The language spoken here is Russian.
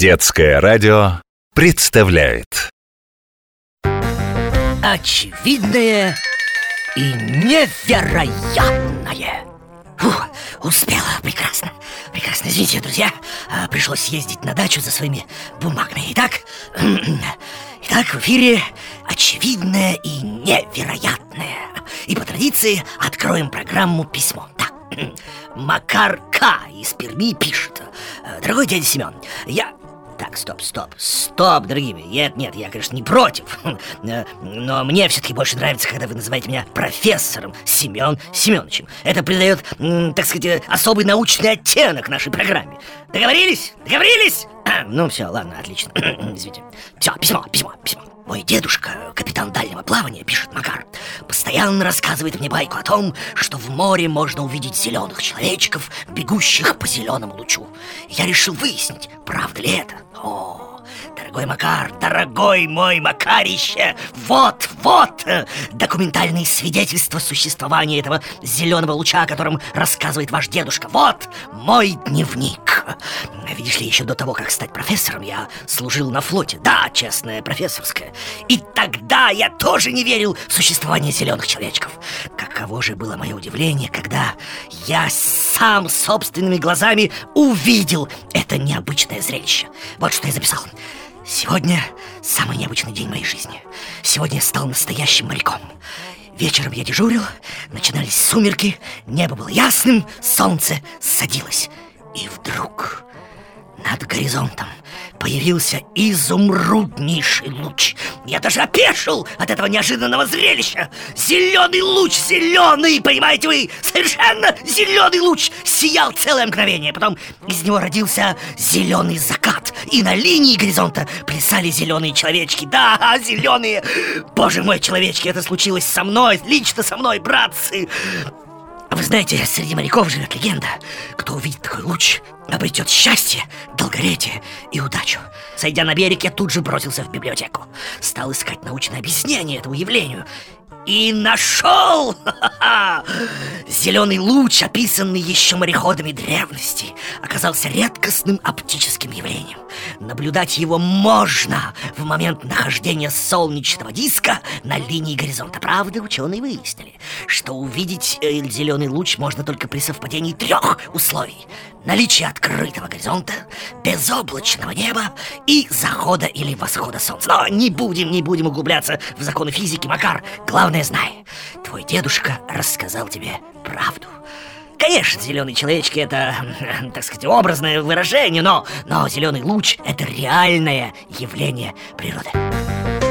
Детское радио представляет Очевидное и невероятное. Фух, успела, прекрасно. Прекрасно, извините, друзья, пришлось съездить на дачу за своими бумагами. Итак, в эфире очевидное и невероятное. И по традиции откроем программу «Письмо». Так, Макар К. из Перми пишет: дорогой дядя Семен, Так, стоп, дорогие мои. Нет, я, конечно, не против. Но мне все-таки больше нравится, когда вы называете меня профессором Семен Семеновичем. Это придает, так сказать, особый научный оттенок нашей программе. Договорились? Ну все, ладно, отлично. Извините. Все, письмо. Мой дедушка, капитан дальнего плавания, пишет Макар, постоянно рассказывает мне байку о том, что в море можно увидеть зеленых человечков, бегущих по зеленому лучу. Я решил выяснить, правда ли это. Дорогой Макар, дорогой мой Макарище, вот документальные свидетельства существования этого зеленого луча, о котором рассказывает ваш дедушка. Вот мой дневник. Видишь ли, еще до того, как стать профессором, я служил на флоте. Да, честное профессорское. И тогда я тоже не верил в существование зеленых человечков. Каково же было мое удивление, когда я сам собственными глазами увидел это необычное зрелище. Вот что я записал. Сегодня самый необычный день моей жизни. Сегодня я стал настоящим моряком. Вечером я дежурил, начинались сумерки, небо было ясным, солнце садилось. И вдруг над горизонтом появился изумруднейший луч. Я даже опешил от этого неожиданного зрелища. Зеленый луч, понимаете вы, совершенно зеленый луч сиял целое мгновение. Потом из него родился зеленый закат, и на линии горизонта плясали зеленые человечки. Да, зеленые. Боже мой, человечки, это случилось со мной, лично со мной, братцы. Вы знаете, среди моряков живет легенда: кто увидит такой луч, обретет счастье, долголетие и удачу. Сойдя на берег, я тут же бросился в библиотеку. Стал искать научное объяснение этому явлению. И нашел! Зеленый луч, описанный еще мореходами древности, оказался редкостным оптическим явлением. Наблюдать его можно в момент нахождения солнечного диска на линии горизонта. Правда, ученые выяснили, что увидеть зеленый луч можно только при совпадении 3 условий: наличие открытого горизонта, безоблачного неба и захода или восхода солнца. Но не будем углубляться в законы физики, Макар. Главное, знай, твой дедушка рассказал тебе правду. Конечно, зеленые человечки — это, так сказать, образное выражение, но зеленый луч — это реальное явление природы.